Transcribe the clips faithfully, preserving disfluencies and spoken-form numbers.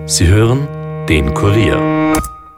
Sie hören den Kurier.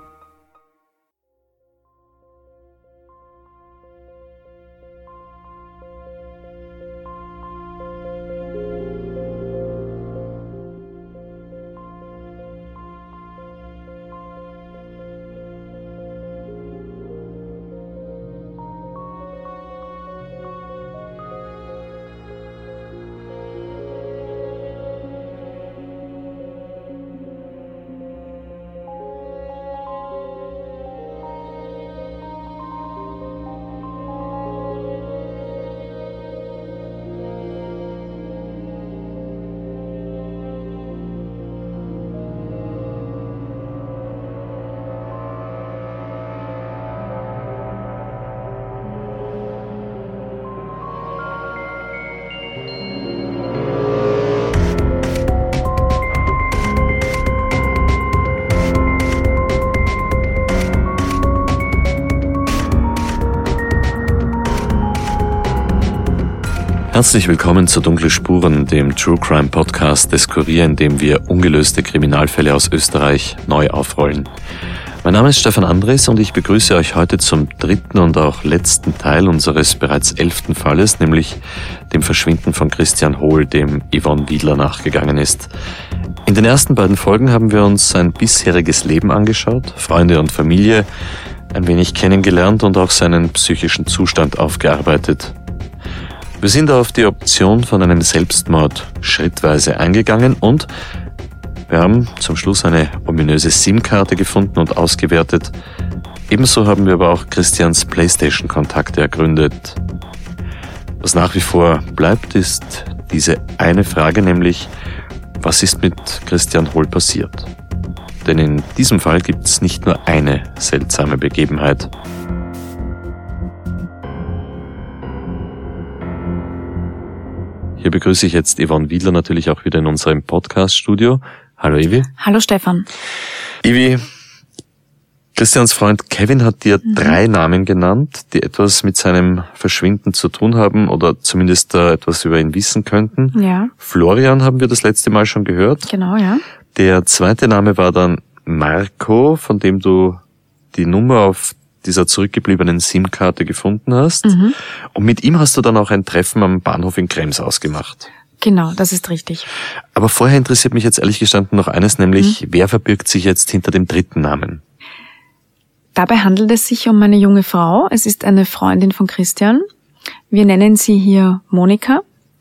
Herzlich willkommen zu Dunkle Spuren, dem True Crime Podcast des Kurier, in dem wir ungelöste Kriminalfälle aus Österreich neu aufrollen. Mein Name ist Stefan Andres und ich begrüße euch heute zum dritten und auch letzten Teil unseres bereits elften Falles, nämlich dem Verschwinden von Christian Hohl, dem Yvonne Wiedler nachgegangen ist. In den ersten beiden Folgen haben wir uns sein bisheriges Leben angeschaut, Freunde und Familie ein wenig kennengelernt und auch seinen psychischen Zustand aufgearbeitet. Wir sind auf die Option von einem Selbstmord schrittweise eingegangen und wir haben zum Schluss eine ominöse SIM-Karte gefunden und ausgewertet. Ebenso haben wir aber auch Christians PlayStation-Kontakte ergründet. Was nach wie vor bleibt, ist diese eine Frage, nämlich, was ist mit Christian Hohl passiert? Denn in diesem Fall gibt es nicht nur eine seltsame Begebenheit. Hier begrüße ich jetzt Yvonne Wiedler natürlich auch wieder in unserem Podcast-Studio. Hallo Ivi. Hallo Stefan. Ivi, Christians Freund Kevin hat dir mhm. drei Namen genannt, die etwas mit seinem Verschwinden zu tun haben oder zumindest äh, etwas über ihn wissen könnten. Ja. Florian haben wir das letzte Mal schon gehört. Genau, ja. Der zweite Name war dann Marco, von dem du die Nummer auf dieser zurückgebliebenen SIM-Karte gefunden hast. Mhm. Und mit ihm hast du dann auch ein Treffen am Bahnhof in Krems ausgemacht. Genau, das ist richtig. Aber vorher interessiert mich jetzt ehrlich gestanden noch eines, nämlich mhm. wer verbirgt sich jetzt hinter dem dritten Namen? Dabei handelt es sich um eine junge Frau. Es ist eine Freundin von Christian. Wir nennen sie hier Monika.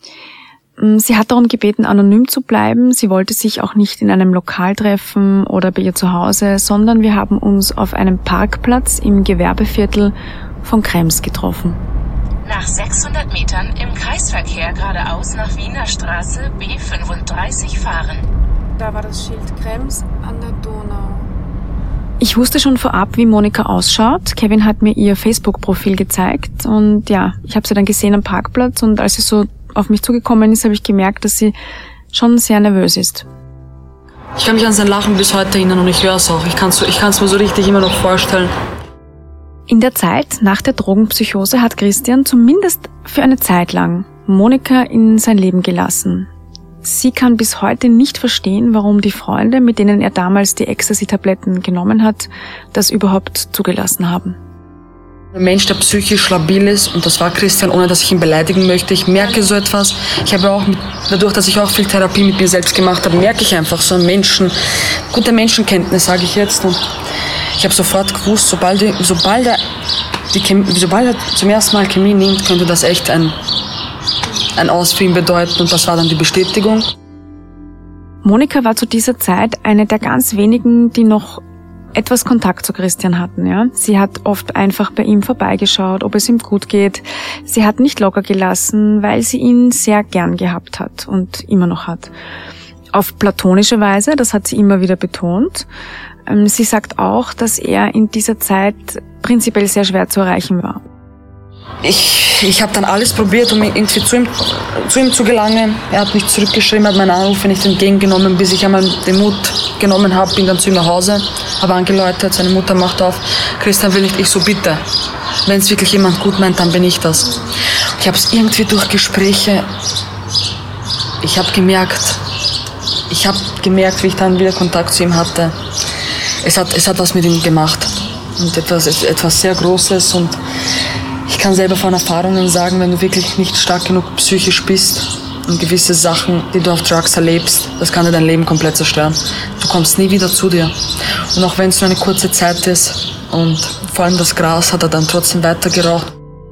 Sie hat darum gebeten, anonym zu bleiben. Sie wollte sich auch nicht in einem Lokal treffen oder bei ihr zu Hause, sondern wir haben uns auf einem Parkplatz im Gewerbeviertel von Krems getroffen. Nach sechshundert Metern im Kreisverkehr geradeaus nach Wiener Straße B fünfunddreißig fahren. Da war das Schild Krems an der Donau. Ich wusste schon vorab, wie Monika ausschaut. Kevin hat mir ihr Facebook-Profil gezeigt und ja, ich habe sie dann gesehen am Parkplatz und als sie so auf mich zugekommen ist, habe ich gemerkt, dass sie schon sehr nervös ist. Ich kann mich an sein Lachen bis heute erinnern und ich höre es auch. Ich kann es ich kann's mir so richtig immer noch vorstellen. In der Zeit nach der Drogenpsychose hat Christian zumindest für eine Zeit lang Monika in sein Leben gelassen. Sie kann bis heute nicht verstehen, warum die Freunde, mit denen er damals die Ecstasy-Tabletten genommen hat, das überhaupt zugelassen haben. Ein Mensch, der psychisch labil ist, und das war Christian, ohne dass ich ihn beleidigen möchte. Ich merke so etwas. Ich habe auch, mit, dadurch, dass ich auch viel Therapie mit mir selbst gemacht habe, merke ich einfach so einen Menschen, gute Menschenkenntnis, sage ich jetzt. Und ich habe sofort gewusst, sobald, die, sobald, er, die Chemie, sobald er zum ersten Mal Chemie nimmt, könnte das echt ein, ein Aus für ihn bedeuten. Und das war dann die Bestätigung. Monika war zu dieser Zeit eine der ganz wenigen, die noch etwas Kontakt zu Christian hatten, ja. Sie hat oft einfach bei ihm vorbeigeschaut, ob es ihm gut geht. Sie hat nicht locker gelassen, weil sie ihn sehr gern gehabt hat und immer noch hat. Auf platonische Weise, das hat sie immer wieder betont. Sie sagt auch, dass er in dieser Zeit prinzipiell sehr schwer zu erreichen war. Ich, ich habe dann alles probiert, um irgendwie zu ihm, zu ihm zu gelangen. Er hat nicht zurückgeschrieben, hat meinen Anrufe nicht entgegengenommen, bis ich einmal den Mut genommen habe, bin dann zu ihm nach Hause, habe angeläutet, seine Mutter macht auf. Christian will nicht, ich so bitte. Wenn es wirklich jemand gut meint, dann bin ich das. Ich habe es irgendwie durch Gespräche, ich habe gemerkt, ich habe gemerkt, wie ich dann wieder Kontakt zu ihm hatte. Es hat, es hat was mit ihm gemacht. Und etwas, etwas sehr Großes. Und ich kann selber von Erfahrungen sagen, wenn du wirklich nicht stark genug psychisch bist und gewisse Sachen, die du auf Drugs erlebst, das kann dir dein Leben komplett zerstören. Du kommst nie wieder zu dir. Und auch wenn es nur eine kurze Zeit ist und vor allem das Gras, hat er dann trotzdem weiter geraucht.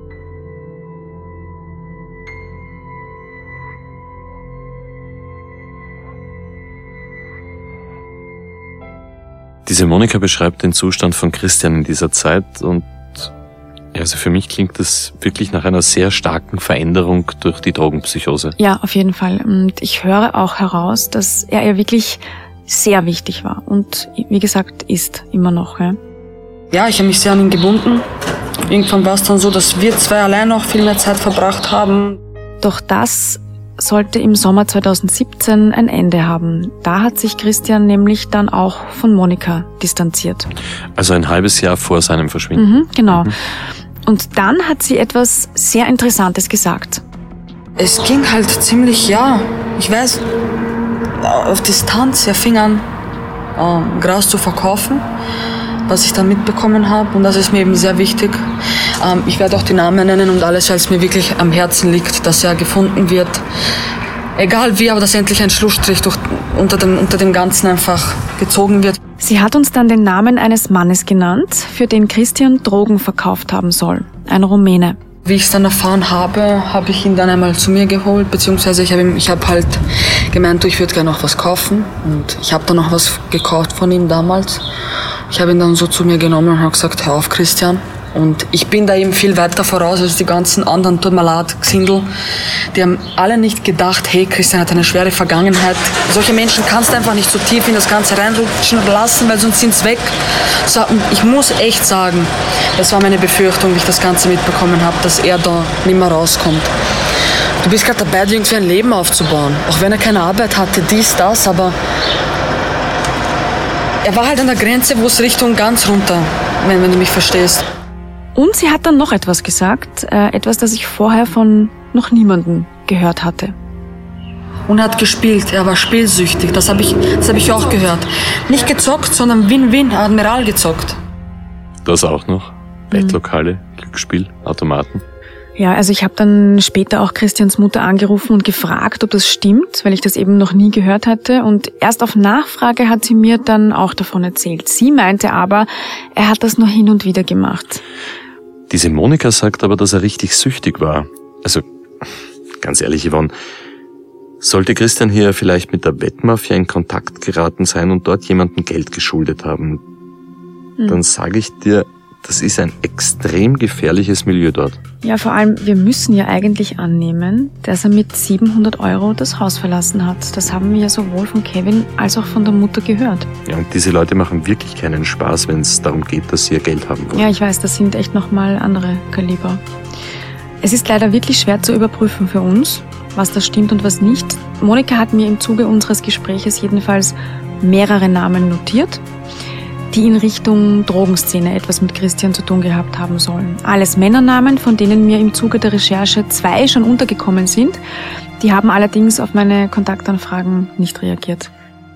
Diese Monika beschreibt den Zustand von Christian in dieser Zeit und also für mich klingt das wirklich nach einer sehr starken Veränderung durch die Drogenpsychose. Ja, auf jeden Fall. Und ich höre auch heraus, dass er ihr wirklich sehr wichtig war und wie gesagt ist immer noch. Ja, ja ich habe mich sehr an ihn gebunden. Irgendwann war es dann so, dass wir zwei allein noch viel mehr Zeit verbracht haben. Doch das sollte im Sommer zweitausendsiebzehn ein Ende haben. Da hat sich Christian nämlich dann auch von Monika distanziert. Also ein halbes Jahr vor seinem Verschwinden. Mhm, genau. Mhm. Und dann hat sie etwas sehr Interessantes gesagt. Es ging halt ziemlich, ja, ich weiß, auf Distanz. Er fing an, ähm, Gras zu verkaufen, was ich dann mitbekommen habe. Und das ist mir eben sehr wichtig. Ähm, ich werde auch die Namen nennen und alles, weil es mir wirklich am Herzen liegt, dass er gefunden wird. Egal wie, aber dass endlich ein Schlussstrich durch, unter, dem, unter dem Ganzen einfach gezogen wird. Sie hat uns dann den Namen eines Mannes genannt, für den Christian Drogen verkauft haben soll. Ein Rumäne. Wie ich es dann erfahren habe, habe ich ihn dann einmal zu mir geholt, beziehungsweise ich habe ihm, ich habe halt gemeint, du, ich würde gerne noch was kaufen. Und ich habe dann noch was gekauft von ihm damals. Ich habe ihn dann so zu mir genommen und habe gesagt, hör auf, Christian. Und ich bin da eben viel weiter voraus als die ganzen anderen Turmalat-Gesindel. Die haben alle nicht gedacht, hey, Christian hat eine schwere Vergangenheit. Solche Menschen kannst du einfach nicht so tief in das Ganze reinrutschen lassen, weil sonst sind sie weg. So, und ich muss echt sagen, das war meine Befürchtung, wie ich das Ganze mitbekommen habe, dass er da nicht mehr rauskommt. Du bist gerade dabei, dir irgendwie ein Leben aufzubauen. Auch wenn er keine Arbeit hatte, dies, das, aber er war halt an der Grenze, wo es Richtung ganz runter, wenn, wenn du mich verstehst. Und sie hat dann noch etwas gesagt, äh, etwas, das ich vorher von noch niemandem gehört hatte. Und er hat gespielt, er war spielsüchtig, das habe ich, das hab ich auch gehört. Nicht gezockt, sondern Win-Win, Admiral gezockt. Das auch noch? Bettlokale, mhm. Glücksspiel, Automaten? Ja, also ich habe dann später auch Christians Mutter angerufen und gefragt, ob das stimmt, weil ich das eben noch nie gehört hatte. Und erst auf Nachfrage hat sie mir dann auch davon erzählt. Sie meinte aber, er hat das nur hin und wieder gemacht. Diese Monika sagt aber, dass er richtig süchtig war. Also, ganz ehrlich, Yvonne, sollte Christian hier vielleicht mit der Wettmafia in Kontakt geraten sein und dort jemandem Geld geschuldet haben, hm. dann sage ich dir, das ist ein extrem gefährliches Milieu dort. Ja, vor allem, wir müssen ja eigentlich annehmen, dass er mit siebenhundert Euro das Haus verlassen hat. Das haben wir ja sowohl von Kevin als auch von der Mutter gehört. Ja, und diese Leute machen wirklich keinen Spaß, wenn es darum geht, dass sie ihr Geld haben wollen. Ja, ich weiß, das sind echt nochmal andere Kaliber. Es ist leider wirklich schwer zu überprüfen für uns, was da stimmt und was nicht. Monika hat mir im Zuge unseres Gespräches jedenfalls mehrere Namen notiert, die in Richtung Drogenszene etwas mit Christian zu tun gehabt haben sollen. Alles Männernamen, von denen mir im Zuge der Recherche zwei schon untergekommen sind. Die haben allerdings auf meine Kontaktanfragen nicht reagiert.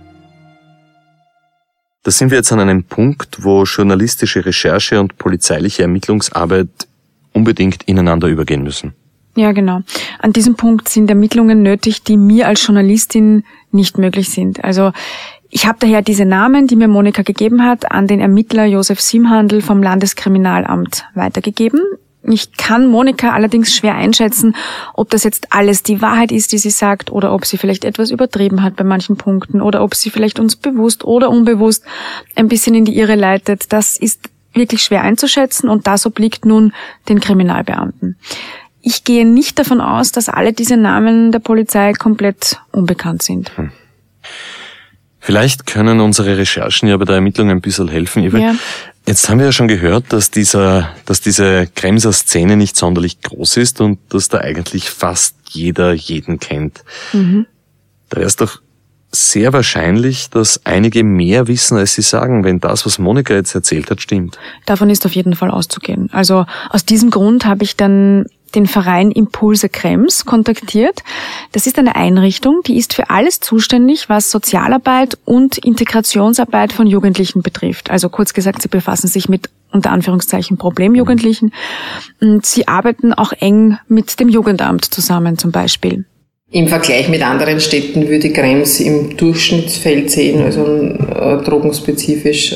Da sind wir jetzt an einem Punkt, wo journalistische Recherche und polizeiliche Ermittlungsarbeit unbedingt ineinander übergehen müssen. Ja, genau. An diesem Punkt sind Ermittlungen nötig, die mir als Journalistin nicht möglich sind. Also ich habe daher diese Namen, die mir Monika gegeben hat, an den Ermittler Josef Simhandl vom Landeskriminalamt weitergegeben. Ich kann Monika allerdings schwer einschätzen, ob das jetzt alles die Wahrheit ist, die sie sagt, oder ob sie vielleicht etwas übertrieben hat bei manchen Punkten, oder ob sie vielleicht uns bewusst oder unbewusst ein bisschen in die Irre leitet. Das ist wirklich schwer einzuschätzen und das obliegt nun den Kriminalbeamten. Ich gehe nicht davon aus, dass alle diese Namen der Polizei komplett unbekannt sind. Hm. Vielleicht können unsere Recherchen ja bei der Ermittlung ein bisschen helfen. Ja. Jetzt haben wir ja schon gehört, dass dieser, dass diese Kremser Szene nicht sonderlich groß ist und dass da eigentlich fast jeder jeden kennt. Mhm. Da wäre es doch sehr wahrscheinlich, dass einige mehr wissen, als sie sagen, wenn das, was Monika jetzt erzählt hat, stimmt. Davon ist auf jeden Fall auszugehen. Also aus diesem Grund habe ich dann den Verein Impulse Krems kontaktiert. Das ist eine Einrichtung, die ist für alles zuständig, was Sozialarbeit und Integrationsarbeit von Jugendlichen betrifft. Also kurz gesagt, sie befassen sich mit unter Anführungszeichen Problemjugendlichen. Und sie arbeiten auch eng mit dem Jugendamt zusammen zum Beispiel. Im Vergleich mit anderen Städten würde Krems im Durchschnittsfeld sehen, also äh, drogenspezifisch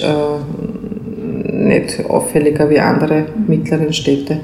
äh, nicht auffälliger wie andere mittleren Städte.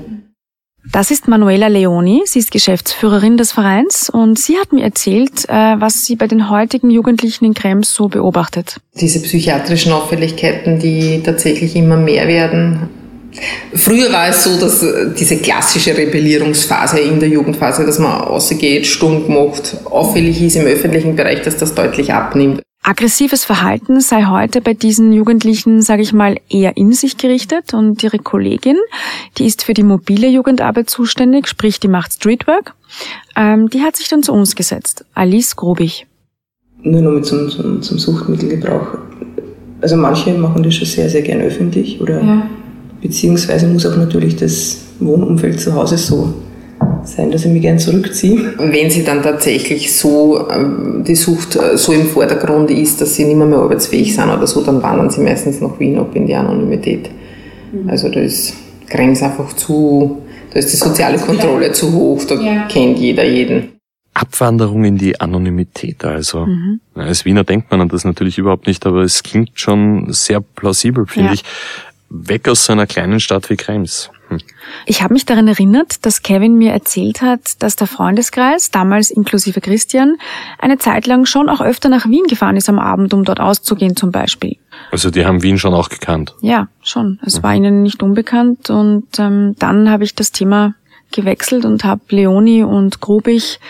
Das ist Manuela Leoni, sie ist Geschäftsführerin des Vereins und sie hat mir erzählt, was sie bei den heutigen Jugendlichen in Krems so beobachtet. Diese psychiatrischen Auffälligkeiten, die tatsächlich immer mehr werden. Früher war es so, dass diese klassische Rebellierungsphase in der Jugendphase, dass man rausgeht, Stunk macht, auffällig ist im öffentlichen Bereich, dass das deutlich abnimmt. Aggressives Verhalten sei heute bei diesen Jugendlichen, sage ich mal, eher in sich gerichtet und ihre Kollegin, die ist für die mobile Jugendarbeit zuständig, sprich die macht Streetwork, ähm, die hat sich dann zu uns gesetzt, Alice Grubich. Nur noch mit zum, zum, zum Suchtmittelgebrauch. Also manche machen das schon sehr, sehr gern öffentlich oder ja. Beziehungsweise muss auch natürlich das Wohnumfeld zu Hause so sein, dass ich mich gerne zurückziehe. Wenn sie dann tatsächlich so, die Sucht so im Vordergrund ist, dass sie nicht mehr, mehr arbeitsfähig sind oder so, dann wandern sie meistens nach Wien ab in die Anonymität. Mhm. Also da ist Krems einfach zu, da ist die soziale Kontrolle zu hoch, da ja. kennt jeder jeden. Abwanderung in die Anonymität also. Mhm. Als Wiener denkt man an das natürlich überhaupt nicht, aber es klingt schon sehr plausibel, finde ja. ich. Weg aus so einer kleinen Stadt wie Krems. Hm. Ich habe mich daran erinnert, dass Kevin mir erzählt hat, dass der Freundeskreis, damals inklusive Christian, eine Zeit lang schon auch öfter nach Wien gefahren ist am Abend, um dort auszugehen zum Beispiel. Also die haben Wien schon auch gekannt? Ja, schon. Es mhm. war ihnen nicht unbekannt und ähm, dann habe ich das Thema gewechselt und habe Leoni und Grubich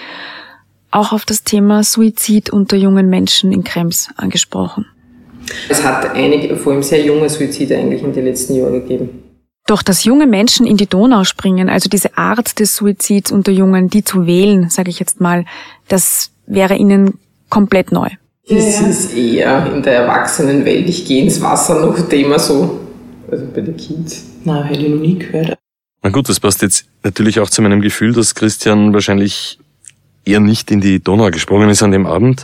auch auf das Thema Suizid unter jungen Menschen in Krems angesprochen. Es hat einige, vor allem sehr junge Suizide eigentlich in den letzten Jahren gegeben. Doch dass junge Menschen in die Donau springen, also diese Art des Suizids unter Jungen, die zu wählen, sage ich jetzt mal, das wäre ihnen komplett neu. Es ist eher in der Erwachsenenwelt, ich gehe ins Wasser noch Thema so, also bei den Kids. Nein, hätte ich noch nie gehört. Na gut, das passt jetzt natürlich auch zu meinem Gefühl, dass Christian wahrscheinlich eher nicht in die Donau gesprungen ist an dem Abend.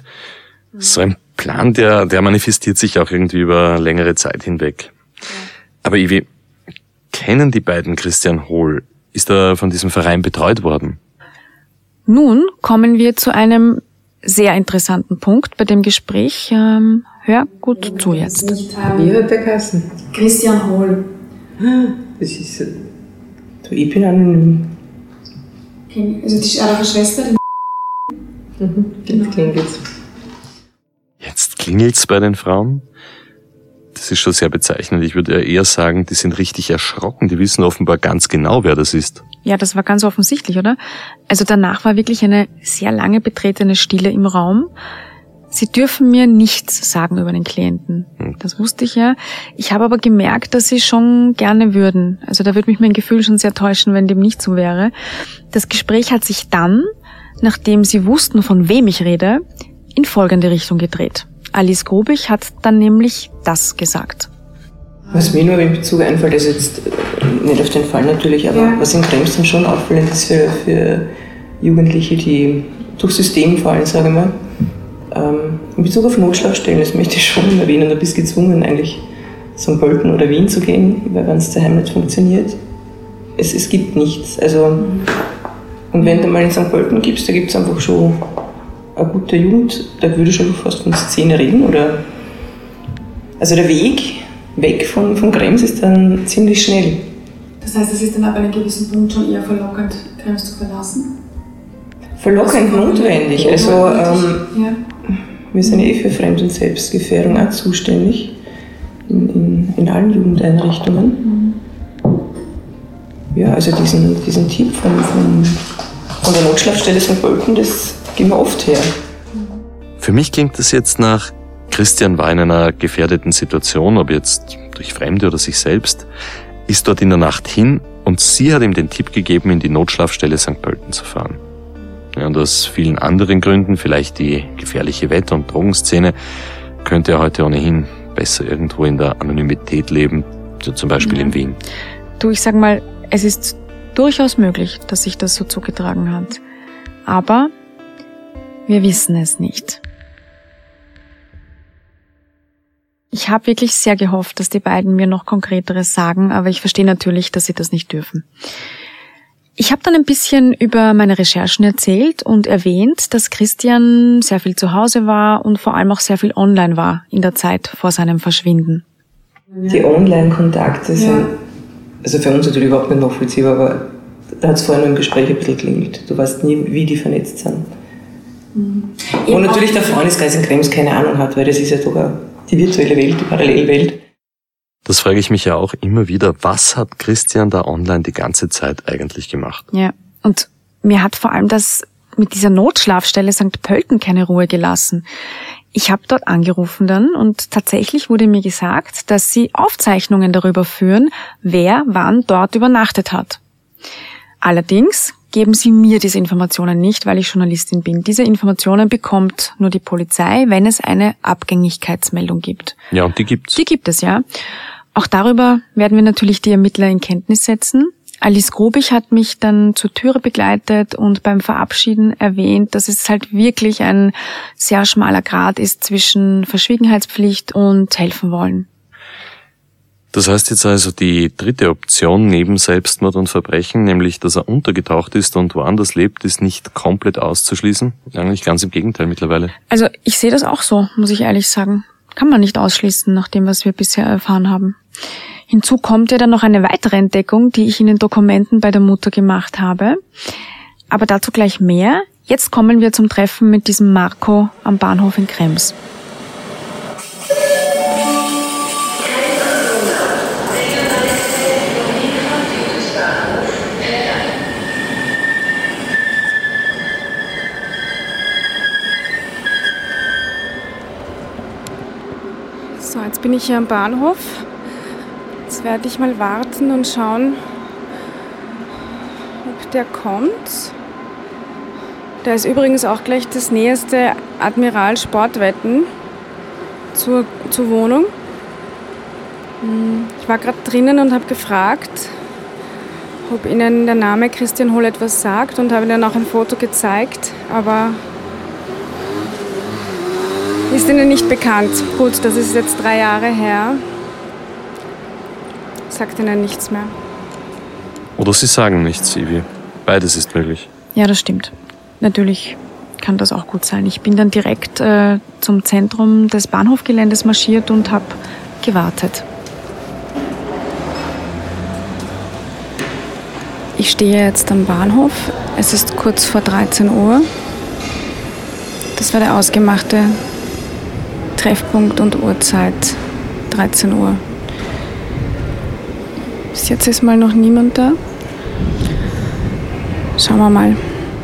So ein Plan, der, der manifestiert sich auch irgendwie über längere Zeit hinweg. Aber Ivi, kennen die beiden Christian Hohl? Ist er von diesem Verein betreut worden? Nun kommen wir zu einem sehr interessanten Punkt bei dem Gespräch. Ähm, hör gut zu jetzt. Wie hat der geheißen? Christian Hohl. Das ist so. Du, ich bin anonym. Also die ist eure Schwester? Die mhm, genau. Jetzt klingelt's. Jetzt klingelt's bei den Frauen? Das ist schon sehr bezeichnend. Ich würde eher sagen, die sind richtig erschrocken. Die wissen offenbar ganz genau, wer das ist. Ja, das war ganz offensichtlich, oder? Also danach war wirklich eine sehr lange betretene Stille im Raum. Sie dürfen mir nichts sagen über den Klienten. Das wusste ich ja. Ich habe aber gemerkt, dass sie schon gerne würden. Also da würde mich mein Gefühl schon sehr täuschen, wenn dem nicht so wäre. Das Gespräch hat sich dann, nachdem sie wussten, von wem ich rede, in folgende Richtung gedreht. Alice Grubich hat dann nämlich das gesagt. Was mir nur in Bezug einfällt, ist jetzt nicht auf den Fall natürlich, aber ja. was in Krems dann schon auffallend ist für, für Jugendliche, die durchs System fallen, sage ich mal. Ähm, in Bezug auf Notschlafstellen, das möchte ich schon erwähnen, da bist du gezwungen, eigentlich Sankt Pölten oder Wien zu gehen, weil wenn es daheim nicht funktioniert. Es, es gibt nichts. Also, und wenn du mal in Sankt Pölten gibst, da gibt es einfach schon eine gute Jugend, da würde ich schon fast von Szene reden. Oder also der Weg weg von, von Krems ist dann ziemlich schnell. Das heißt, es ist dann ab einem gewissen Punkt schon eher verlockend, Krems zu verlassen? Verlockend also notwendig. Also ähm, ja. wir sind eh für Fremd- und Selbstgefährdung auch zuständig in, in, in allen Jugendeinrichtungen. Mhm. Ja, also diesen, diesen Tipp von, von, von der Notschlafstelle Sankt Pölten, das gehen wir oft her. Für mich klingt das jetzt nach, Christian war in einer gefährdeten Situation, ob jetzt durch Fremde oder sich selbst, ist dort in der Nacht hin und sie hat ihm den Tipp gegeben, in die Notschlafstelle Sankt Pölten zu fahren. Ja, und aus vielen anderen Gründen, vielleicht die gefährliche Wetter- und Drogenszene, könnte er heute ohnehin besser irgendwo in der Anonymität leben, so zum Beispiel ja. in Wien. Du, ich sag mal, es ist durchaus möglich, dass sich das so zugetragen hat. Aber wir wissen es nicht. Ich habe wirklich sehr gehofft, dass die beiden mir noch Konkreteres sagen, aber ich verstehe natürlich, dass sie das nicht dürfen. Ich habe dann ein bisschen über meine Recherchen erzählt und erwähnt, dass Christian sehr viel zu Hause war und vor allem auch sehr viel online war in der Zeit vor seinem Verschwinden. Die Online-Kontakte sind, ja. also für uns natürlich überhaupt nicht nachvollziehbar, aber da hat es vorhin im Gespräch ein bisschen klingelt. Du weißt nie, wie die vernetzt sind. Mhm. Und natürlich der Freundeskreis in Krems keine Ahnung hat, weil das ist ja sogar die virtuelle Welt, die Parallelwelt. Das frage ich mich ja auch immer wieder. Was hat Christian da online die ganze Zeit eigentlich gemacht? Ja, und mir hat vor allem das mit dieser Notschlafstelle Sankt Pölten keine Ruhe gelassen. Ich habe dort angerufen dann und tatsächlich wurde mir gesagt, dass sie Aufzeichnungen darüber führen, wer wann dort übernachtet hat. Allerdings geben sie mir diese Informationen nicht, weil ich Journalistin bin. Diese Informationen bekommt nur die Polizei, wenn es eine Abgängigkeitsmeldung gibt. Ja, und die gibt's. Die gibt es, ja. Auch darüber werden wir natürlich die Ermittler in Kenntnis setzen. Alice Grubich hat mich dann zur Türe begleitet und beim Verabschieden erwähnt, dass es halt wirklich ein sehr schmaler Grat ist zwischen Verschwiegenheitspflicht und helfen wollen. Das heißt jetzt also, die dritte Option neben Selbstmord und Verbrechen, nämlich dass er untergetaucht ist und woanders lebt, ist nicht komplett auszuschließen? Eigentlich ganz im Gegenteil mittlerweile. Also ich sehe das auch so, muss ich ehrlich sagen. Kann man nicht ausschließen, nach dem, was wir bisher erfahren haben. Hinzu kommt ja dann noch eine weitere Entdeckung, die ich in den Dokumenten bei der Mutter gemacht habe. Aber dazu gleich mehr. Jetzt kommen wir zum Treffen mit diesem Marco am Bahnhof in Krems. So, jetzt bin ich hier am Bahnhof. Jetzt werde ich mal warten und schauen, ob der kommt. Da ist übrigens auch gleich das nächste Admiral Sportwetten zur, zur Wohnung. Ich war gerade drinnen und habe gefragt, ob Ihnen der Name Christian Holl etwas sagt und habe Ihnen auch ein Foto gezeigt, aber ist Ihnen nicht bekannt. Gut, das ist jetzt drei Jahre her. Sagt Ihnen nichts mehr. Oder Sie sagen nichts, Ivi. Beides ist möglich. Ja, das stimmt. Natürlich kann das auch gut sein. Ich bin dann direkt äh, zum Zentrum des Bahnhofgeländes marschiert und habe gewartet. Ich stehe jetzt am Bahnhof. Es ist kurz vor dreizehn Uhr. Das war der ausgemachte Treffpunkt und Uhrzeit, dreizehn Uhr. Bis jetzt ist mal noch niemand da. Schauen wir mal.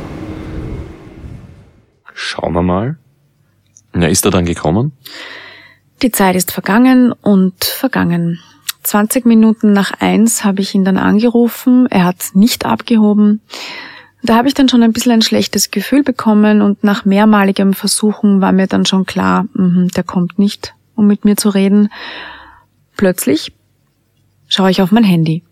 Schauen wir mal. Ja, ist er dann gekommen? Die Zeit ist vergangen und vergangen. zwanzig Minuten nach eins habe ich ihn dann angerufen. Er hat nicht abgehoben. Da habe ich dann schon ein bisschen ein schlechtes Gefühl bekommen und nach mehrmaligem Versuchen war mir dann schon klar, mh, der kommt nicht, um mit mir zu reden. Plötzlich schaue ich auf mein Handy.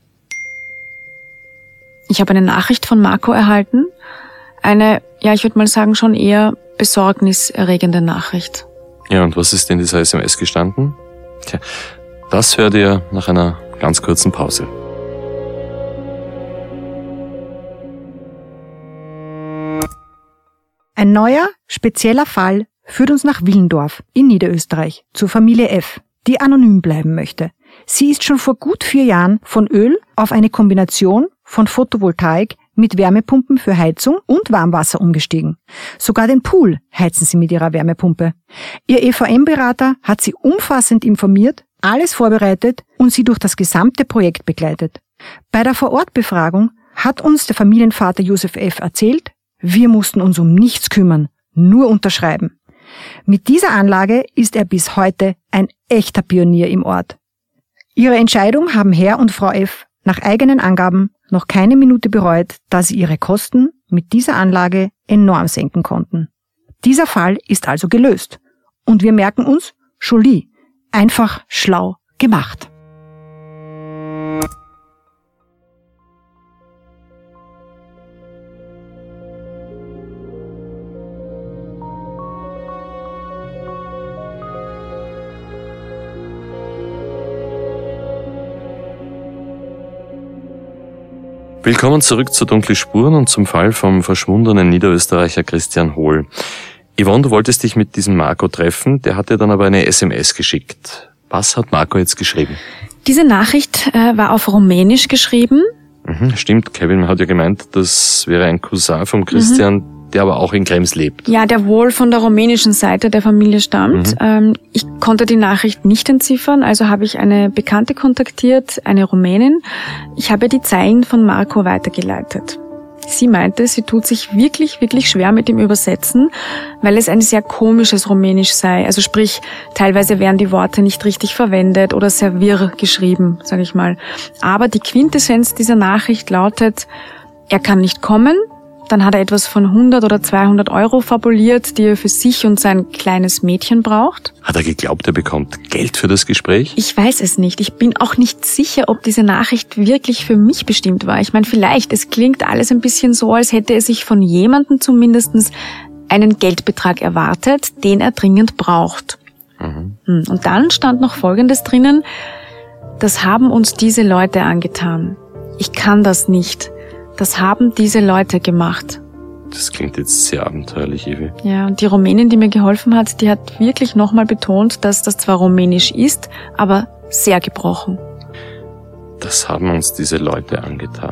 Ich habe eine Nachricht von Marco erhalten. Eine, ja, ich würde mal sagen, schon eher besorgniserregende Nachricht. Ja, und was ist in dieser S M S gestanden? Tja, das hört ihr nach einer ganz kurzen Pause. Ein neuer, spezieller Fall führt uns nach Willendorf in Niederösterreich zur Familie F, die anonym bleiben möchte. Sie ist schon vor gut vier Jahren von Öl auf eine Kombination von Photovoltaik mit Wärmepumpen für Heizung und Warmwasser umgestiegen. Sogar den Pool heizen sie mit ihrer Wärmepumpe. Ihr E V M-Berater hat sie umfassend informiert, alles vorbereitet und sie durch das gesamte Projekt begleitet. Bei der Vorortbefragung hat uns der Familienvater Josef F. erzählt, wir mussten uns um nichts kümmern, nur unterschreiben. Mit dieser Anlage ist er bis heute ein echter Pionier im Ort. Ihre Entscheidung haben Herr und Frau F. nach eigenen Angaben noch keine Minute bereut, da sie ihre Kosten mit dieser Anlage enorm senken konnten. Dieser Fall ist also gelöst. Und wir merken uns, Jolie, einfach schlau gemacht. Willkommen zurück zu Dunkle Spuren und zum Fall vom verschwundenen Niederösterreicher Christian Hohl. Yvonne, du wolltest dich mit diesem Marco treffen, der hat dir dann aber eine S M S geschickt. Was hat Marco jetzt geschrieben? Diese Nachricht äh, war auf Rumänisch geschrieben. Mhm, stimmt, Kevin hat ja gemeint, das wäre ein Cousin vom Christian, mhm. der aber auch in Krems lebt. Ja, der wohl von der rumänischen Seite der Familie stammt. Mhm. Ähm, ich konnte die Nachricht nicht entziffern, also habe ich eine Bekannte kontaktiert, eine Rumänin. Ich habe die Zeilen von Marco weitergeleitet. Sie meinte, sie tut sich wirklich, wirklich schwer mit dem Übersetzen, weil es ein sehr komisches Rumänisch sei. Also sprich, teilweise werden die Worte nicht richtig verwendet oder sehr wirr geschrieben, sage ich mal. Aber die Quintessenz dieser Nachricht lautet, er kann nicht kommen. Dann hat er etwas von hundert oder zweihundert Euro fabuliert, die er für sich und sein kleines Mädchen braucht. Hat er geglaubt, er bekommt Geld für das Gespräch? Ich weiß es nicht. Ich bin auch nicht sicher, ob diese Nachricht wirklich für mich bestimmt war. Ich meine, vielleicht, es klingt alles ein bisschen so, als hätte er sich von jemandem zumindest einen Geldbetrag erwartet, den er dringend braucht. Mhm. Und dann stand noch Folgendes drinnen: Das haben uns diese Leute angetan. Ich kann das nicht. Das haben diese Leute gemacht. Das klingt jetzt sehr abenteuerlich, Evi. Ja, und die Rumänin, die mir geholfen hat, die hat wirklich nochmal betont, dass das zwar rumänisch ist, aber sehr gebrochen. Das haben uns diese Leute angetan.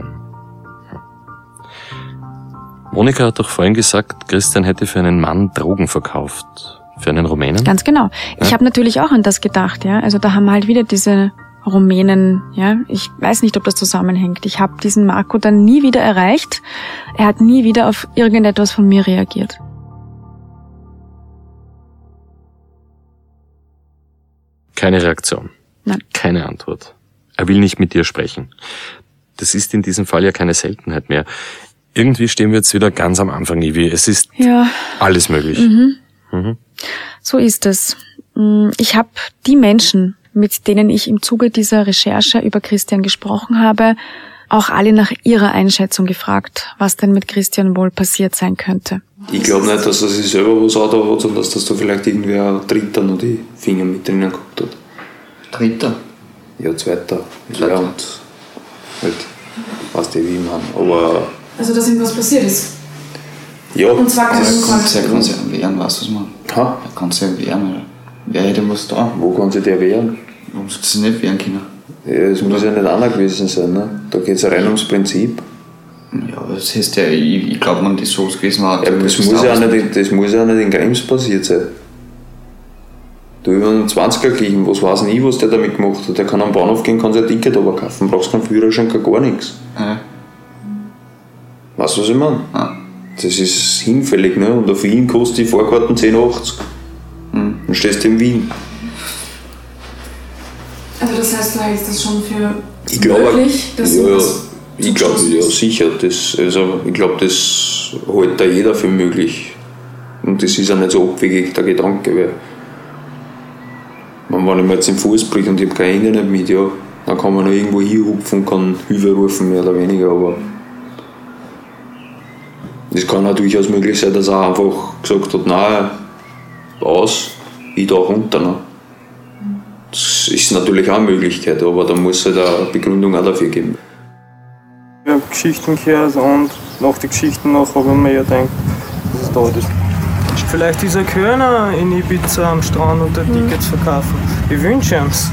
Monika hat doch vorhin gesagt, Christian hätte für einen Mann Drogen verkauft. Für einen Rumänen? Ganz genau. Ich ja. habe natürlich auch an das gedacht, ja. Also da haben wir halt wieder diese Rumänen, ja, ich weiß nicht, ob das zusammenhängt. Ich habe diesen Marco dann nie wieder erreicht. Er hat nie wieder auf irgendetwas von mir reagiert. Keine Reaktion. Nein. Keine Antwort. Er will nicht mit dir sprechen. Das ist in diesem Fall ja keine Seltenheit mehr. Irgendwie stehen wir jetzt wieder ganz am Anfang, Evi. Es ist ja alles möglich. Mhm. Mhm. So ist es. Ich habe die Menschen, mit denen ich im Zuge dieser Recherche über Christian gesprochen habe, auch alle nach ihrer Einschätzung gefragt, was denn mit Christian wohl passiert sein könnte. Ich glaube nicht, dass er sich selber was auch da hat, sondern dass das da vielleicht irgendwer Dritter noch die Finger mit drinnen gehabt hat. Dritter? Ja, Zweiter. Zweiter. Ja, und halt, weißt du, wie ich meine. Aber also, dass ihm was passiert ist? Ja. Und zwar kann er kann sich ja wehren, weißt du was man? Ha? Er kann sich ja wehren, oder? Wer hätte was da? Wo kann sich der wehren? Warum sollte sie nicht wehren können? Ja, es muss ja nicht einer gewesen sein, ne? Da geht es ja rein ums Prinzip. Ja, aber das heißt ja, ich, ich glaube, man das so gewesen war. Ja, das, muss ja auch nicht, das muss ja auch nicht in Krems passiert sein. Du über einen zwanziger glichen, was weiß ich, was der damit gemacht hat. Der kann am Bahnhof gehen, kann sich ein Ticket aber kaufen, brauchst keinen Führerschein, kein gar nichts. Ja. Weißt du, was ich meine? Ja. Das ist hinfällig, ne? Und auf Wien kostet die Fahrkarten zehn achtzig. Mhm. Dann stehst du in Wien. Also das heißt, du hältst das schon für ich glaube, möglich, dass ja, ja, ich glaube, ja, sicher. Das, also, ich glaube, das hält da jeder für möglich. Und das ist auch nicht so abwegig, der Gedanke. Weil, wenn ich mir jetzt im Fuß bricht und ich habe kein Internet mit, ja, dann kann man noch irgendwo hinhupfen und kann Hilfe rufen, mehr oder weniger. Aber es kann auch durchaus möglich sein, dass er einfach gesagt hat, nein, aus, ich da runter. Ne? Das ist natürlich auch eine Möglichkeit, aber da muss es halt eine Begründung auch dafür geben. Ich habe Geschichten gehört und nach den Geschichten nach habe ich mir ja gedacht, dass es da ist. Vielleicht ist ein Körner in Ibiza am Strand und der Tickets verkaufen. Ich wünsche ihm's.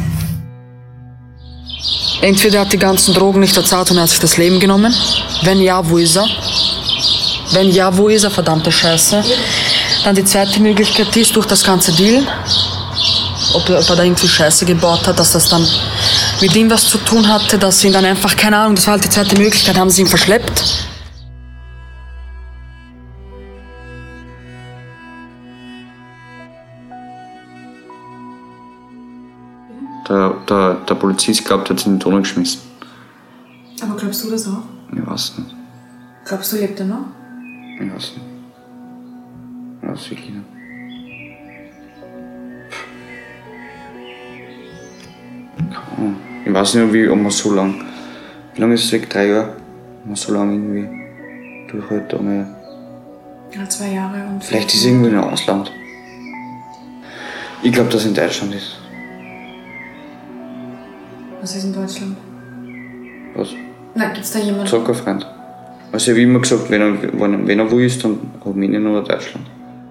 Entweder hat die ganzen Drogen nicht erzahlt und er hat sich das Leben genommen. Wenn ja, wo ist er? Wenn ja, wo ist er? Verdammte Scheiße. Dann die zweite Möglichkeit ist, durch das ganze Deal, ob er, ob er da irgendwie Scheiße gebaut hat, dass das dann mit ihm was zu tun hatte, dass sie ihn dann einfach, keine Ahnung, das war halt die zweite Möglichkeit, haben sie ihn verschleppt. Der, der, der Polizist glaubt, er hat ihn in den Tunnel geschmissen. Aber glaubst du das auch? Ich weiß nicht. Glaubst du, lebt er noch? Ich weiß nicht. Ich weiß wirklich nicht. Ich weiß nicht, wie, ob man so lang. Wie lange ist es weg? Drei Jahre? Ob man so lange irgendwie durchhält. Ja, zwei Jahre. Und vielleicht ist es irgendwo in einem Ausland. Ich glaube, dass es in Deutschland ist. Was ist in Deutschland? Was? Na, gibt's da jemanden? Sag kein Freund. Also ich habe immer gesagt, wenn er, wenn, wenn er wo ist, dann Rumänien oder Deutschland.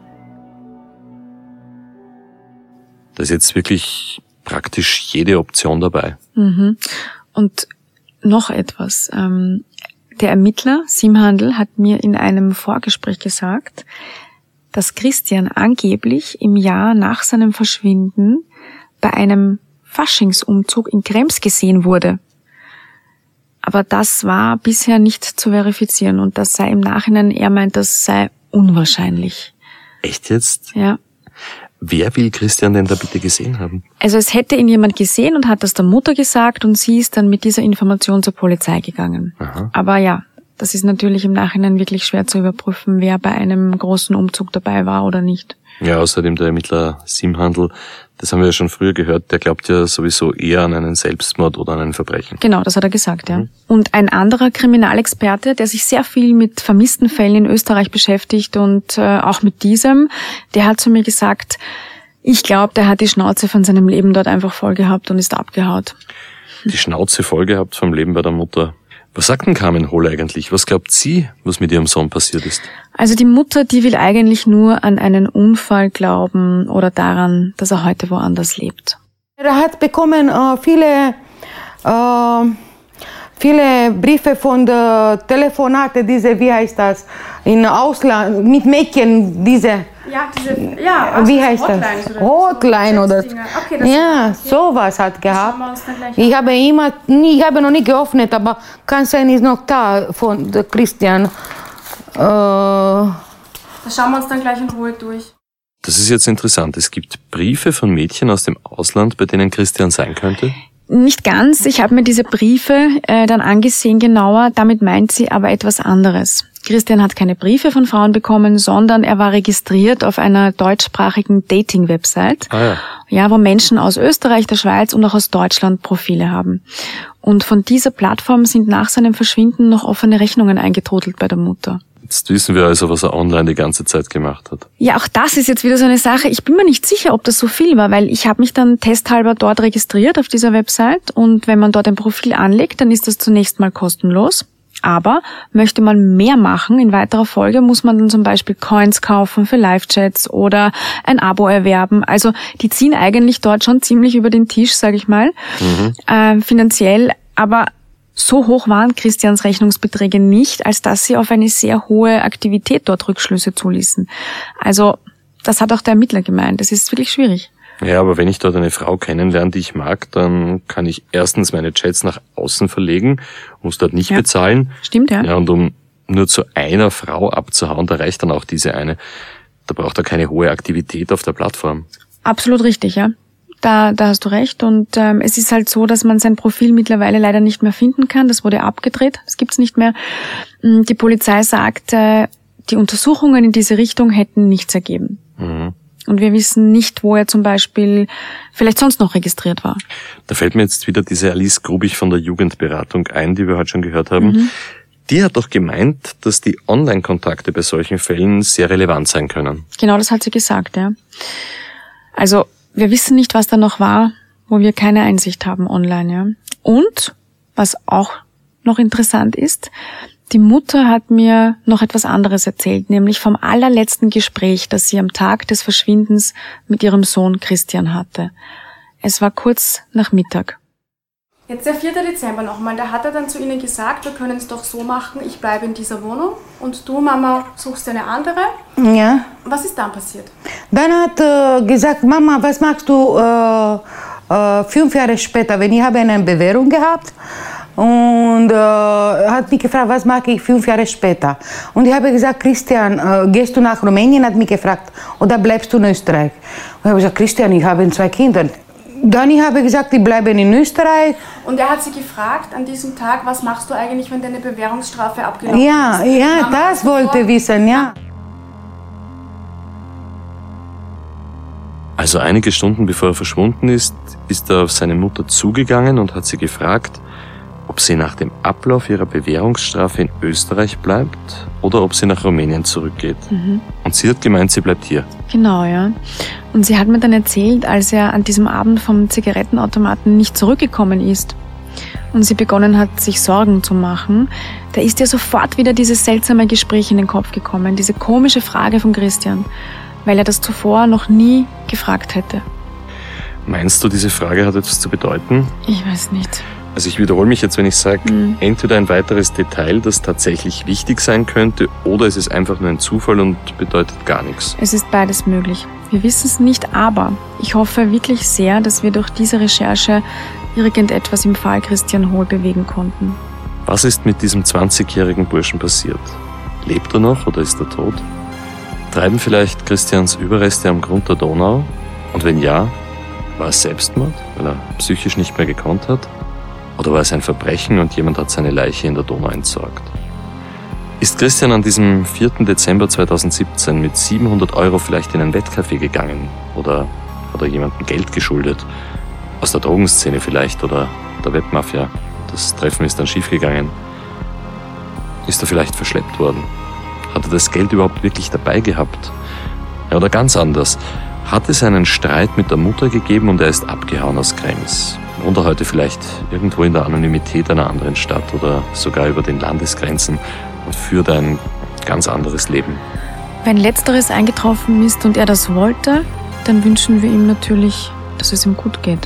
Da ist jetzt wirklich praktisch jede Option dabei. Mhm. Und noch etwas. Ähm, der Ermittler Simhandl hat mir in einem Vorgespräch gesagt, dass Christian angeblich im Jahr nach seinem Verschwinden bei einem Faschingsumzug in Krems gesehen wurde. Aber das war bisher nicht zu verifizieren und das sei im Nachhinein, er meint, das sei unwahrscheinlich. Echt jetzt? Ja. Wer will Christian denn da bitte gesehen haben? Also es hätte ihn jemand gesehen und hat das der Mutter gesagt und sie ist dann mit dieser Information zur Polizei gegangen. Aha. Aber ja, das ist natürlich im Nachhinein wirklich schwer zu überprüfen, wer bei einem großen Umzug dabei war oder nicht. Ja, außerdem der Ermittler Simhandl, das haben wir ja schon früher gehört, der glaubt ja sowieso eher an einen Selbstmord oder an ein Verbrechen. Genau, das hat er gesagt, ja. Mhm. Und ein anderer Kriminalexperte, der sich sehr viel mit vermissten Fällen in Österreich beschäftigt und äh, auch mit diesem, der hat zu mir gesagt, ich glaube, der hat die Schnauze von seinem Leben dort einfach voll gehabt und ist abgehaut. Die Schnauze voll gehabt vom Leben bei der Mutter. Was sagt denn Carmen Hohl eigentlich? Was glaubt sie, was mit ihrem Sohn passiert ist? Also die Mutter, die will eigentlich nur an einen Unfall glauben oder daran, dass er heute woanders lebt. Er hat bekommen äh, viele, äh, viele Briefe von der Telefonate, diese, wie heißt das, in Ausland, mit Mädchen, diese. Ja, diese, ja, wie heißt das? Oder Hotline so, oder okay, das ja, okay. Sowas hat gehabt. Ich habe immer, ich habe noch nicht geöffnet, aber kann sein, ist noch da von der Christian. Äh, das schauen wir uns dann gleich in Ruhe durch. Das ist jetzt interessant. Es gibt Briefe von Mädchen aus dem Ausland, bei denen Christian sein könnte? Nicht ganz. Ich habe mir diese Briefe äh, dann angesehen genauer. Damit meint sie aber etwas anderes. Christian hat keine Briefe von Frauen bekommen, sondern er war registriert auf einer deutschsprachigen Dating-Website, ah, ja. ja, wo Menschen aus Österreich, der Schweiz und auch aus Deutschland Profile haben. Und von dieser Plattform sind nach seinem Verschwinden noch offene Rechnungen eingetrudelt bei der Mutter. Jetzt wissen wir also, was er online die ganze Zeit gemacht hat. Ja, auch das ist jetzt wieder so eine Sache. Ich bin mir nicht sicher, ob das so viel war, weil ich habe mich dann testhalber dort registriert auf dieser Website und wenn man dort ein Profil anlegt, dann ist das zunächst mal kostenlos. Aber möchte man mehr machen, in weiterer Folge muss man dann zum Beispiel Coins kaufen für Live-Chats oder ein Abo erwerben. Also die ziehen eigentlich dort schon ziemlich über den Tisch, sage ich mal, mhm. äh, finanziell. Aber so hoch waren Christians Rechnungsbeträge nicht, als dass sie auf eine sehr hohe Aktivität dort Rückschlüsse zuließen. Also das hat auch der Ermittler gemeint. Das ist wirklich schwierig. Ja, aber wenn ich dort eine Frau kennenlerne, die ich mag, dann kann ich erstens meine Chats nach außen verlegen, muss dort nicht ja. bezahlen. Stimmt, ja. Ja, und um nur zu einer Frau abzuhauen, da reicht dann auch diese eine. Da braucht er keine hohe Aktivität auf der Plattform. Absolut richtig, ja. Da, da hast du recht. Und ähm, es ist halt so, dass man sein Profil mittlerweile leider nicht mehr finden kann. Das wurde abgedreht, das gibt's nicht mehr. Die Polizei sagt, äh, die Untersuchungen in diese Richtung hätten nichts ergeben. Mhm. Und wir wissen nicht, wo er zum Beispiel vielleicht sonst noch registriert war. Da fällt mir jetzt wieder diese Alice Grubich von der Jugendberatung ein, die wir heute schon gehört haben. Mhm. Die hat doch gemeint, dass die Online-Kontakte bei solchen Fällen sehr relevant sein können. Genau, das hat sie gesagt, ja. Also wir wissen nicht, was da noch war, wo wir keine Einsicht haben online, ja. Und, was auch noch interessant ist, die Mutter hat mir noch etwas anderes erzählt, nämlich vom allerletzten Gespräch, das sie am Tag des Verschwindens mit ihrem Sohn Christian hatte. Es war kurz nach Mittag. Jetzt der vierte Dezember nochmal, da hat er dann zu ihnen gesagt, wir können es doch so machen, ich bleibe in dieser Wohnung und du, Mama, suchst eine andere. Ja. Was ist dann passiert? Dann hat er äh, gesagt, Mama, was machst du äh, äh, fünf Jahre später, wenn ich habe eine Bewährung gehabt und äh, hat mich gefragt, was mache ich fünf Jahre später. Und ich habe gesagt, Christian, äh, gehst du nach Rumänien, hat mich gefragt, oder bleibst du in Österreich? Und ich habe gesagt, Christian, ich habe zwei Kinder. Dann ich habe gesagt, ich bleibe in Österreich. Und er hat sie gefragt an diesem Tag, was machst du eigentlich, wenn deine Bewährungsstrafe abgelaufen ja, ist? Ja, Mama, das wollte er wissen, ja. Also einige Stunden bevor er verschwunden ist, ist er auf seine Mutter zugegangen und hat sie gefragt, ob sie nach dem Ablauf ihrer Bewährungsstrafe in Österreich bleibt oder ob sie nach Rumänien zurückgeht. Mhm. Und sie hat gemeint, sie bleibt hier. Genau, ja. Und sie hat mir dann erzählt, als er an diesem Abend vom Zigarettenautomaten nicht zurückgekommen ist und sie begonnen hat, sich Sorgen zu machen, da ist ihr sofort wieder dieses seltsame Gespräch in den Kopf gekommen, diese komische Frage von Christian, weil er das zuvor noch nie gefragt hätte. Meinst du, diese Frage hat etwas zu bedeuten? Ich weiß nicht. Also ich wiederhole mich jetzt, wenn ich sage, Mhm. entweder ein weiteres Detail, das tatsächlich wichtig sein könnte, oder es ist einfach nur ein Zufall und bedeutet gar nichts. Es ist beides möglich. Wir wissen es nicht, aber ich hoffe wirklich sehr, dass wir durch diese Recherche irgendetwas im Fall Christian Hohl bewegen konnten. Was ist mit diesem zwanzigjährigen Burschen passiert? Lebt er noch oder ist er tot? Treiben vielleicht Christians Überreste am Grund der Donau? Und wenn ja, war es Selbstmord, weil er psychisch nicht mehr gekonnt hat? Oder war es ein Verbrechen und jemand hat seine Leiche in der Donau entsorgt? Ist Christian an diesem vierten Dezember zweitausendsiebzehn mit siebenhundert Euro vielleicht in ein Wettcafé gegangen? Oder hat er jemandem Geld geschuldet? Aus der Drogenszene vielleicht oder der Webmafia? Das Treffen ist dann schiefgegangen. Ist er vielleicht verschleppt worden? Hat er das Geld überhaupt wirklich dabei gehabt? Ja, oder ganz anders. Hat es einen Streit mit der Mutter gegeben und er ist abgehauen aus Krems? Wohnt er heute vielleicht irgendwo in der Anonymität einer anderen Stadt oder sogar über den Landesgrenzen und führt ein ganz anderes Leben? Wenn Letzteres eingetroffen ist und er das wollte, dann wünschen wir ihm natürlich, dass es ihm gut geht.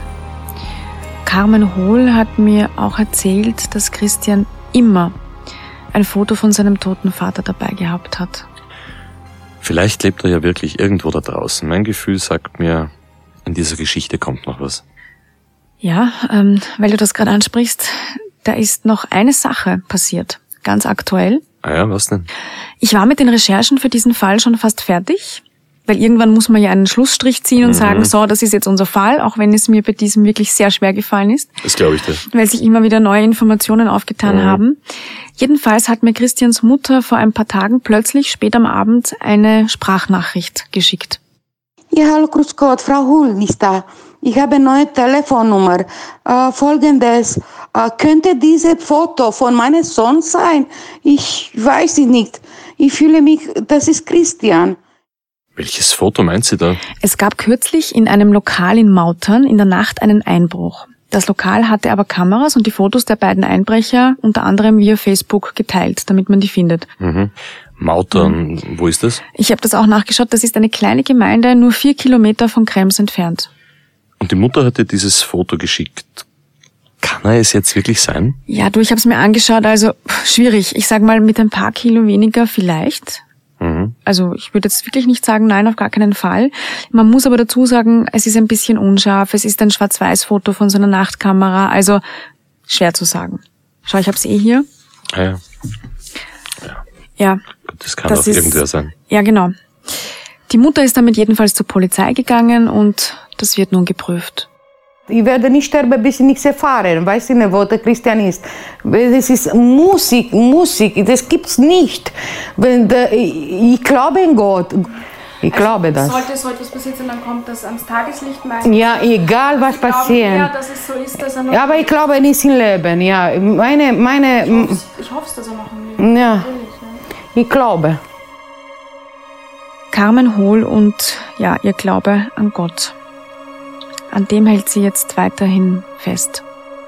Carmen Hohl hat mir auch erzählt, dass Christian immer ein Foto von seinem toten Vater dabei gehabt hat. Vielleicht lebt er ja wirklich irgendwo da draußen. Mein Gefühl sagt mir, in dieser Geschichte kommt noch was. Ja, ähm, weil du das gerade ansprichst, da ist noch eine Sache passiert, ganz aktuell. Ah ja, was denn? Ich war mit den Recherchen für diesen Fall schon fast fertig, weil irgendwann muss man ja einen Schlussstrich ziehen und Mhm. sagen, so, das ist jetzt unser Fall, auch wenn es mir bei diesem wirklich sehr schwer gefallen ist. Das glaube ich dir. Weil sich immer wieder neue Informationen aufgetan Mhm. haben. Jedenfalls hat mir Christians Mutter vor ein paar Tagen plötzlich spät am Abend eine Sprachnachricht geschickt. Ja, hallo, grüß Gott, Frau Hull ist da. Ich habe eine neue Telefonnummer. Äh, Folgendes, äh, könnte dieses Foto von meinem Sohn sein? Ich weiß es nicht. Ich fühle mich, das ist Christian. Welches Foto meint sie da? Es gab kürzlich in einem Lokal in Mautern in der Nacht einen Einbruch. Das Lokal hatte aber Kameras und die Fotos der beiden Einbrecher unter anderem via Facebook geteilt, damit man die findet. Mhm. Mautern, wo ist das? Ich habe das auch nachgeschaut, das ist eine kleine Gemeinde, nur vier Kilometer von Krems entfernt. Und die Mutter hat dir dieses Foto geschickt. Kann er es jetzt wirklich sein? Ja, du, ich habe es mir angeschaut, also pff, schwierig. Ich sag mal, mit ein paar Kilo weniger vielleicht. Mhm. Also ich würde jetzt wirklich nicht sagen, nein, auf gar keinen Fall. Man muss aber dazu sagen, es ist ein bisschen unscharf, es ist ein Schwarz-Weiß-Foto von so einer Nachtkamera, also schwer zu sagen. Schau, ich habe es eh hier. Ah ja. Ja. Gut, das kann Das auch ist- irgendwer sein. Ja, genau. Die Mutter ist damit jedenfalls zur Polizei gegangen und das wird nun geprüft. Ich werde nicht sterben, bis ich nichts erfahre. Weiß ich nicht, wo der Christian ist. Das ist Musik, Musik, das gibt's nicht. Wenn der, ich, ich glaube in Gott. Ich glaube das. Sollte so etwas passiert sein, dann kommt das ans Tageslicht meistens. Ja, egal was Sie glauben passiert. eher, dass es so ist, dass er noch Ja, aber ich glaube nicht im Leben. Ja, meine, meine, Ich hoffe es, dass er noch im Leben ja, Natürlich, ja. ich glaube. Carmen Hohl und ja, ihr Glaube an Gott. An dem hält sie jetzt weiterhin fest.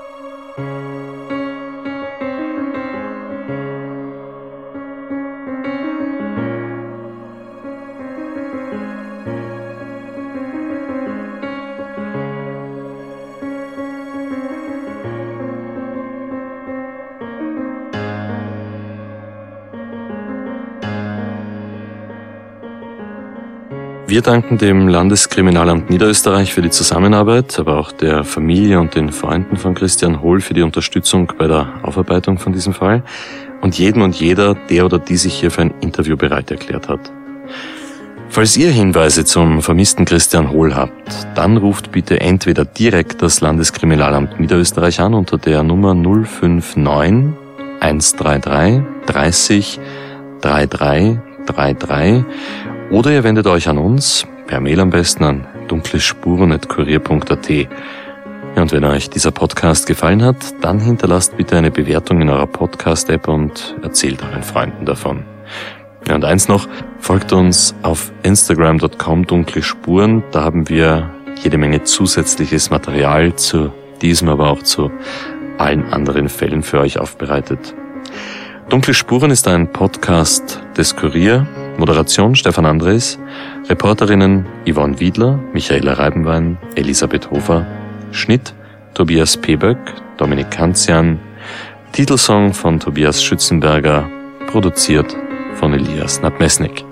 Wir danken dem Landeskriminalamt Niederösterreich für die Zusammenarbeit, aber auch der Familie und den Freunden von Christian Hohl für die Unterstützung bei der Aufarbeitung von diesem Fall und jedem und jeder, der oder die sich hier für ein Interview bereit erklärt hat. Falls ihr Hinweise zum vermissten Christian Hohl habt, dann ruft bitte entweder direkt das Landeskriminalamt Niederösterreich an unter der Nummer null fünf neun eins drei drei dreißig dreiunddreißig dreiunddreißig oder ihr wendet euch an uns, per Mail am besten an dunklespuren at kurier punkt at. Ja, und wenn euch dieser Podcast gefallen hat, dann hinterlasst bitte eine Bewertung in eurer Podcast-App und erzählt euren Freunden davon. Ja, und eins noch, folgt uns auf instagram punkt com dunkle spuren, da haben wir jede Menge zusätzliches Material zu diesem, aber auch zu allen anderen Fällen für euch aufbereitet. Dunkle Spuren ist ein Podcast des Kurier. Moderation Stefan Andres, Reporterinnen Yvonne Wiedler, Michaela Reibenwein, Elisabeth Hofer, Schnitt Tobias Peböck, Dominik Kanzian, Titelsong von Tobias Schützenberger, produziert von Elias Nabmesnik.